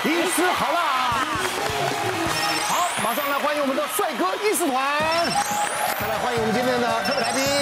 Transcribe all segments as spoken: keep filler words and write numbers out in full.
医师好啦！好，马上来欢迎我们的帅哥医师团，再来欢迎我们今天的特别来宾。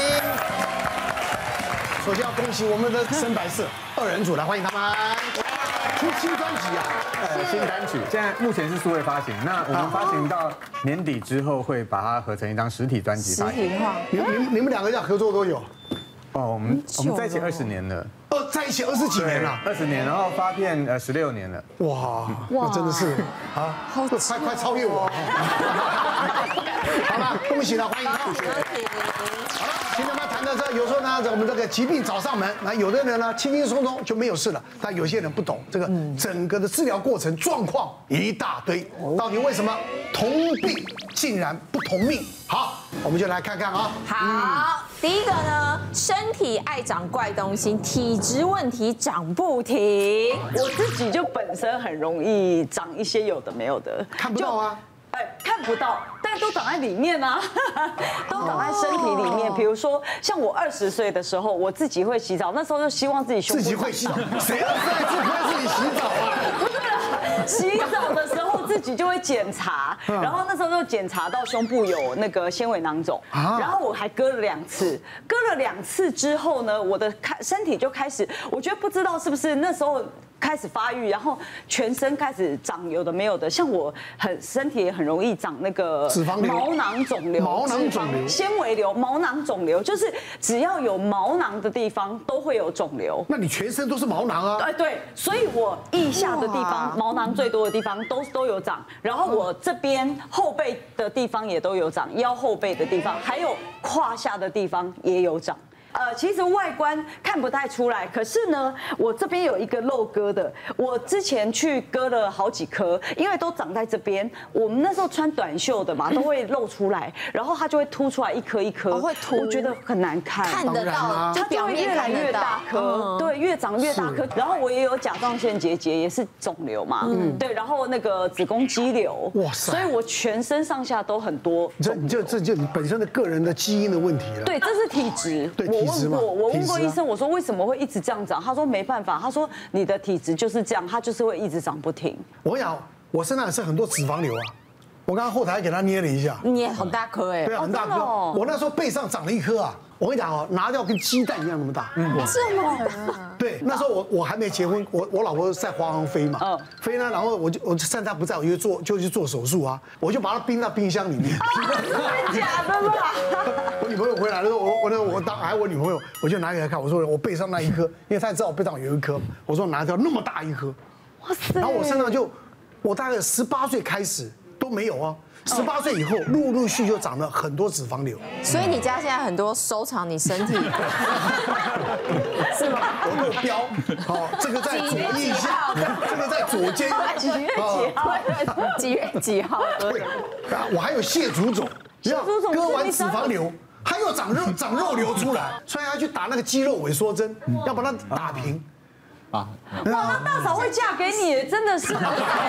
首先要恭喜我们的深白色二人组，来欢迎他们。出新专辑啊， 呃，新单曲，现在目前是数位发行，那我们发行到年底之后会把它合成一张实体专辑发行。 实体化。 你们你们你们两个要合作多久？ 哦，我们我们在一起二十年了。 哦，在一起二十几年了， 二十年，然后发片呃十六年了。 哇，那真的是啊，快快超越我。好了，恭喜了，欢迎他。好了，今天我们谈的这有时候呢，我们这个疾病找上门，那有的人呢轻轻松松就没有事了，但有些人不懂这个整个的治疗过程状况一大堆，到底为什么同病竟然不同命？好，我们就来看看啊。 好，第一个呢，身体爱长怪东西，体质问题长不停。 我自己就本身很容易长一些有的没有的， 看不到啊。 哎，看不到，但都长在里面啊，都长在身体里面。比如说，像我二十岁的时候，我自己会洗澡，那时候就希望自己胸部自己会洗澡，谁二十岁自己会自己洗澡啊？ 不是啦，洗澡的时候自己就会检查，然后那时候就检查到胸部有那个纤维囊肿，然后我还割了两次，割了两次之后呢，我的开身体就开始，我觉得不知道是不是那时候。开始发育，然后全身开始长有的没有的，像我很身体也很容易长那个脂肪瘤、 毛囊肿瘤、 毛囊肿瘤、 纤维瘤、毛囊肿瘤，就是只要有毛囊的地方都会有肿瘤。 那你全身都是毛囊啊？ 哎对，所以我腋下的地方毛囊最多的地方都都有长，然后我这边后背的地方也都有长，腰后背的地方还有胯下的地方也有长。呃，其实外观看不太出来，可是呢，我这边有一个漏割的，我之前去割了好几颗，因为都长在这边。我们那时候穿短袖的嘛，都会露出来，然后它就会凸出来一颗一颗， 会凸， 我觉得很难看， 看得到， 它就会越来越大颗，对，越长越大颗。然后我也有甲状腺结节，也是肿瘤嘛，嗯，对，然后那个子宫肌瘤，哇塞，所以我全身上下都很多。 这你就这就你本身的个人的基因的问题了。 对，这是体质。 对。 我问过，我问过医生，我说为什么会一直这样长？他说没办法，他说你的体质就是这样，它就是会一直长不停。 我跟你讲，我身上也是很多脂肪瘤啊，我刚刚后台给他捏了一下， 捏很大颗哎， 对啊，很大颗。我那时候背上长了一颗啊，我跟你讲哦，拿掉跟鸡蛋一样那么大，嗯， 这么大。 对，那时候我我还没结婚，我我老婆在华航飞嘛，嗯，飞呢，然后我就我趁她不在，我就做就去做手术啊，我就把它冰到冰箱里面。 真的假的啦？ 我女朋友回来的时候，我我那我当还有我女朋友，我就拿给她看，我说我背上那一颗，因为她知道我背上有一颗，我说拿掉那么大一颗，哇塞！然后我身上就，我大概十八岁开始都没有啊。十八岁以后，陆陆续续就长了很多脂肪瘤， 所以你家现在很多收藏你身体，是吗？ 我有标，好，这个在左腋下，这个在左肩， 几月几号？ 几月几号？ 对，我还有蟹足肿， 蟹足肿割完脂肪瘤，还有长肉长肉瘤出来，所以要去打那个肌肉萎缩针，要把它打平。 啊！哇，那大嫂会嫁给你，真的是。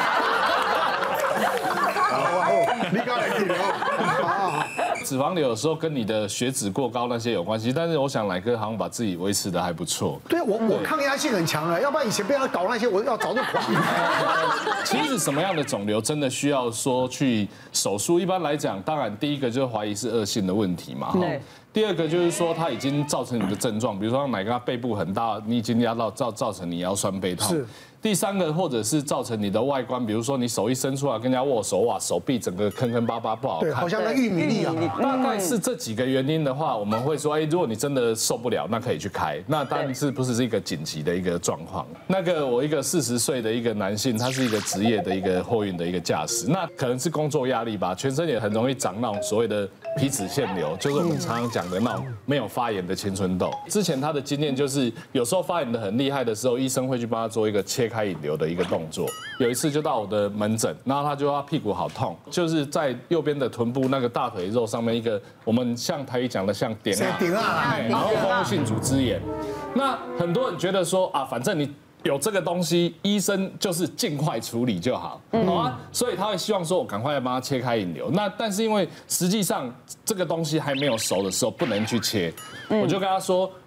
你刚才听哦， 脂肪瘤有时候跟你的血脂过高那些有关系，但是我想乃哥好像把自己维持的还不错。 对我我抗压性很强啊，要不然以前被他搞那些，我要早就垮。 其实什么样的肿瘤真的需要说去手术？一般来讲，当然第一个就是怀疑是恶性的问题嘛。对。第二个就是说，它已经造成你的症状，比如说乃哥背部很大，你已经压到造造成你腰酸背痛。是。第三个，或者是造成你的外观，比如说你手一伸出来跟人家握手，哇，手臂整个坑坑巴巴不好看。 对，好像那玉米粒啊。 大概是这几个原因的话，我们会说，哎，如果你真的受不了，那可以去开。那当然是不是是一个紧急的一个状况？那个我一个四十岁的一个男性，他是一个职业的一个货运的一个驾驶，那可能是工作压力吧，全身也很容易长那种所谓的皮脂腺瘤，就是我们常常讲的那种没有发炎的青春痘。之前他的经验就是，有时候发炎的很厉害的时候，医生会去帮他做一个切开引流的一个动作。有一次就到我的门诊，然后他就说屁股好痛，就是在右边的臀部那个大腿肉上面一个，我们像台语讲的像点啊， 点啊， 然后蜂窝性组织炎。那很多人觉得说啊，反正你有这个东西，医生就是尽快处理就好，好啊，所以他会希望说我赶快帮他切开引流。那但是因为实际上这个东西还没有熟的时候不能去切，我就跟他说，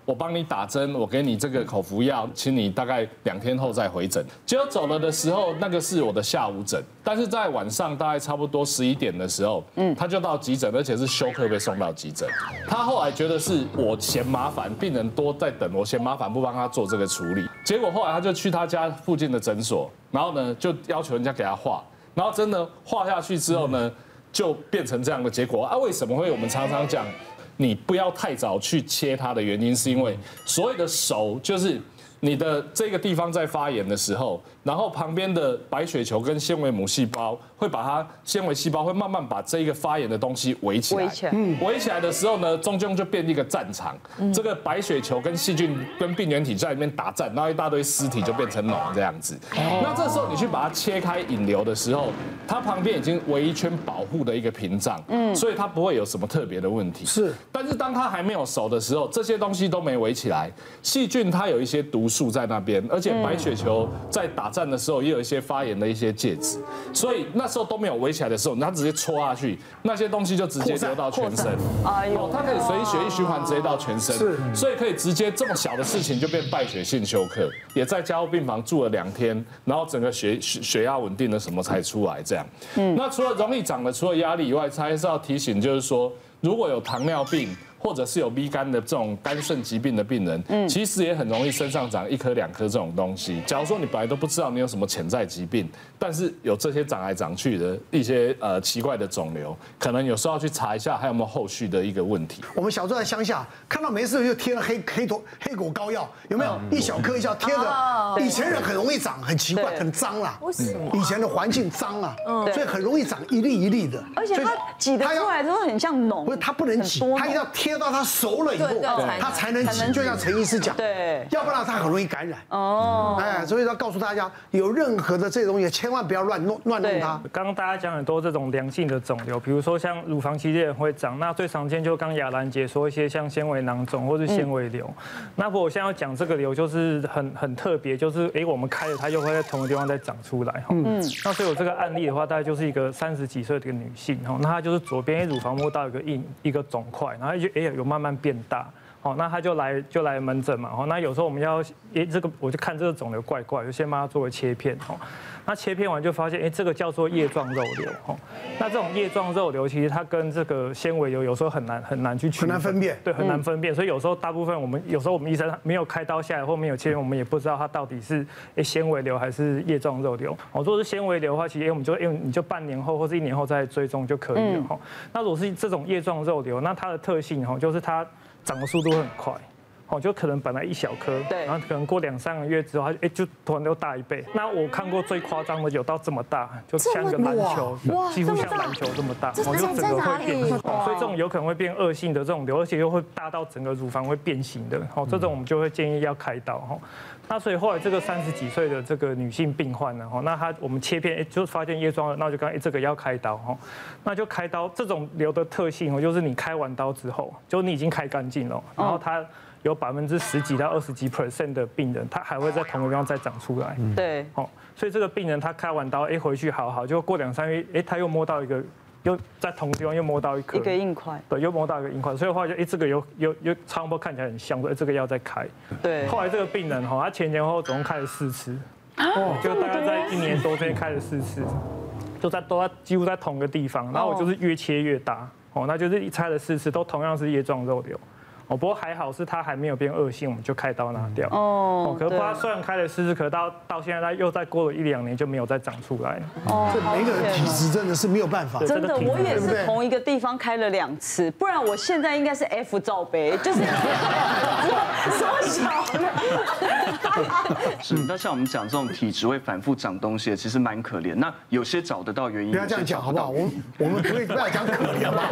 我帮你打针，我给你这个口服药，请你大概两天后再回诊。结果走了的时候，那个是我的下午诊，但是在晚上大概差不多十一点的时候，嗯，他就到急诊，而且是休克被送到急诊。他后来觉得是我嫌麻烦，病人多在等，我嫌麻烦不帮他做这个处理。结果后来他就去他家附近的诊所，然后呢就要求人家给他画，然后真的画下去之后呢，就变成这样的结果啊？为什么会我们常常讲？你不要太早去切它的原因，是因为所谓的熟就是你的这个地方在发炎的时候，然后旁边的白血球跟纤维母细胞会把它纤维细胞会慢慢把这一个发炎的东西围起来，围起来，围起来的时候呢，中间就变一个战场，这个白血球跟细菌跟病原体在里面打战，然后一大堆尸体就变成脓这样子。那这时候你去把它切开引流的时候，它旁边已经围一圈保护的一个屏障，嗯，所以它不会有什么特别的问题。是，但是当它还没有熟的时候，这些东西都没围起来，细菌它有一些毒素在那边，而且白血球在打战的时候也有一些发炎的一些介质，所以那时候都没有围起来的时候，它直接戳下去，那些东西就直接流到全身。哎呦，它可以随血液循环直接到全身，是，所以可以直接这么小的事情就变败血性休克，也在加护病房住了两天，然后整个血血压稳定了什么才出来这样。嗯，那除了容易长的，除了压力以外，还是要提醒，就是说如果有糖尿病，或者是有 B 肝的这种肝肾疾病的病人，嗯，其实也很容易身上长一颗两颗这种东西。假如说你本来都不知道你有什么潜在疾病，但是有这些长来长去的一些呃奇怪的肿瘤，可能有时候要去查一下还有没有后续的一个问题。 我们小时候在乡下看到没事就贴了黑黑头黑果膏药，有没有？一小颗一小贴的，以前人很容易长，很奇怪，很脏啦。为什么？以前的环境脏啊，所以很容易长一粒一粒的。 而且它挤得出来之后很像脓。 不是，它不能挤，它一定要贴到它熟了以后，它才能挤。就像陈医师讲， 对， 要不然它很容易感染。哦，哎，所以要告诉大家，有任何的这些东西，千万不要乱弄乱弄它。 刚刚大家讲很多这种良性的肿瘤，比如说像乳房期间会长，那最常见就刚雅兰姐说一些像纤维囊肿或是纤维瘤。那不过我现在要讲这个瘤就是很很特别，就是哎我们开了它又会在同个地方再长出来。嗯，那所以我这个案例的话，大概就是一个三十几岁的一个女性，哈，那她就是左边乳房摸到一个硬一个肿块，然后就哎有慢慢变大。哦，那他就来就来门诊嘛，哦，那有时候我们要，哎，这个我就看这个肿瘤怪怪，就先帮他做个切片，哦，那切片完就发现，哎，这个叫做叶状肉瘤，哦，那这种叶状肉瘤其实它跟这个纤维瘤有时候很难很难去区分， 很难分辨， 对，很难分辨，所以有时候大部分我们有时候我们医生没有开刀下来或没有切片，我们也不知道它到底是哎纤维瘤还是叶状肉瘤。哦，如果是纤维瘤的话，其实哎我们就因为你就半年后或是一年后再追踪就可以了，哈。那如果是这种叶状肉瘤，那它的特性哈就是它长的速度会很快，哦，就可能本来一小颗，对，然后可能过两三个月之后，它哎就突然就大一倍。那我看过最夸张的有到这么大，就像个篮球，几乎像篮球这么大，哦，就整个会变，所以这种有可能会变恶性的这种瘤，而且又会大到整个乳房会变形的，哦，这种我们就会建议要开刀，哈。那所以后来这个三十几岁的这个女性病患呢，哈，那她我们切片，哎，就发现叶状，那就刚哎这个要开刀，哈，那就开刀。这种瘤的特性哦，就是你开完刀之后，就你已经开干净了，然后它有百分之十几到二十几 percent 的病人，他还会在同个地方再长出来。对，哦，所以这个病人他开完刀，哎，回去好好，就过两三个月，哎，他又摸到一个。又在同个地方又摸到一颗一个硬块， 对，又摸到一个硬块，所以后来就哎这个有有有超音波看起来很像，说哎这个要再开。对，后来这个病人哈，他前前后后总共开了四次，哦，就大概在一年多之内开了四次，就在都在几乎在同个地方，然后我就是越切越大，哦，那就是一拆了四次，都同样是叶状肉瘤。哦，不过还好是它还没有变恶性，我们就开刀拿掉。哦，可是它虽然开了四次，可到到现在它又再过了一两年就没有再长出来。 哦，这每一个人体质真的是没有办法。 真的，我也是同一个地方开了两次，不然我现在应该是 F 罩杯，就是缩小了。 是，那像我们讲这种体质会反复长东西，其实蛮可怜。那有些找得到原因， 不要这样讲好不好？我我们可以不要讲可怜吗？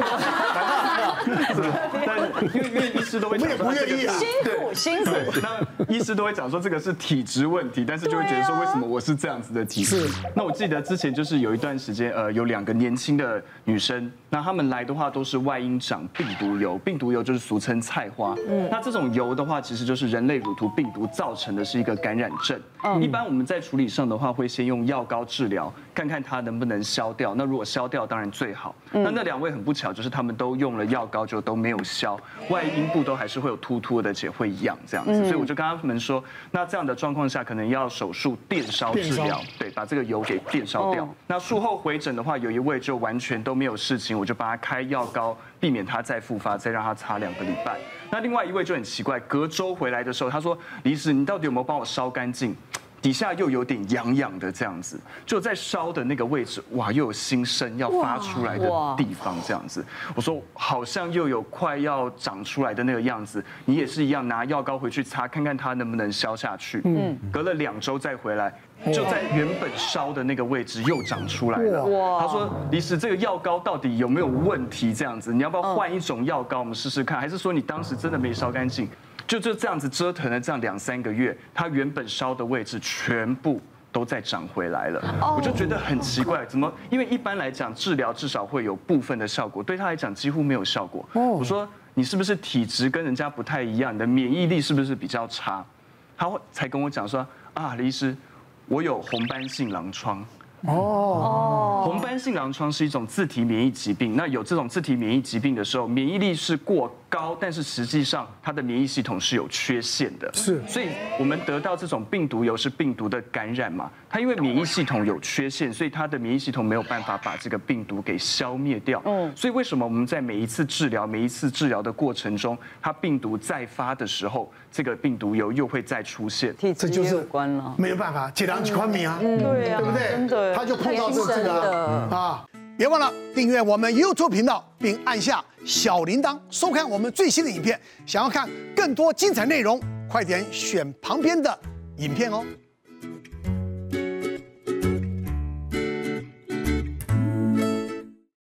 但因为因为医师都会， 我们也不愿意啊， 辛苦辛苦。 那医师都会讲说这个是体质问题，但是就会觉得说为什么我是这样子的体质？那我记得之前就是有一段时间，呃，有两个年轻的女生，那她们来的话都是外阴长病毒疣，病毒疣就是俗称菜花。嗯，那这种疣的话，其实就是人类乳头病毒造成的是一个感染症。一般我们在处理上的话，会先用药膏治疗，看看它能不能消掉。那如果消掉，当然最好。那那两位很不巧，就是他们都用了药膏，就都没有消，外阴部都还是会有突突的，而且会痒这样子。所以我就跟他们说，那这样的状况下，可能要手术电烧治疗，对，把这个油给电烧掉。那术后回诊的话，有一位就完全都没有事情，我就帮他开药膏，避免他再复发，再让他擦两个礼拜。那另外一位就很奇怪，隔周回来的时候，他说：“李医师，你到底有没有帮我烧干净？底下又有点痒痒的这样子，就在烧的那个位置，哇，又有新生要发出来的地方这样子。”我说好像又有快要长出来的那个样子，你也是一样拿药膏回去擦，看看它能不能消下去。嗯，隔了两周再回来。就在原本烧的那个位置又长出来了。他说：“李师，这个药膏到底有没有问题？这样子，你要不要换一种药膏？我们试试看，还是说你当时真的没烧干净？就就这样子折腾了这样两三个月，它原本烧的位置全部都再长回来了。我就觉得很奇怪，怎么？因为一般来讲，治疗至少会有部分的效果，对他来讲几乎没有效果。我说你是不是体质跟人家不太一样？你的免疫力是不是比较差？他才跟我讲说啊，李医师。”我有红斑性狼疮。哦，红斑性狼疮是一种自体免疫疾病。那有这种自体免疫疾病的时候，免疫力是过高，但是实际上它的免疫系统是有缺陷的。是，所以我们得到这种病毒疣是病毒的感染嘛？它因为免疫系统有缺陷，所以它的免疫系统没有办法把这个病毒给消灭掉。嗯，所以为什么我们在每一次治疗、每一次治疗的过程中，它病毒再发的时候，这个病毒疣又会再出现？ 这就是关了， 没有办法，解囊几宽米啊， 对呀， 对不对？ 真的。 他就碰到这这个啊！别忘了订阅我们 YouTube 频道，并按下小铃铛，收看我们最新的影片。想要看更多精彩内容，快点选旁边的影片哦。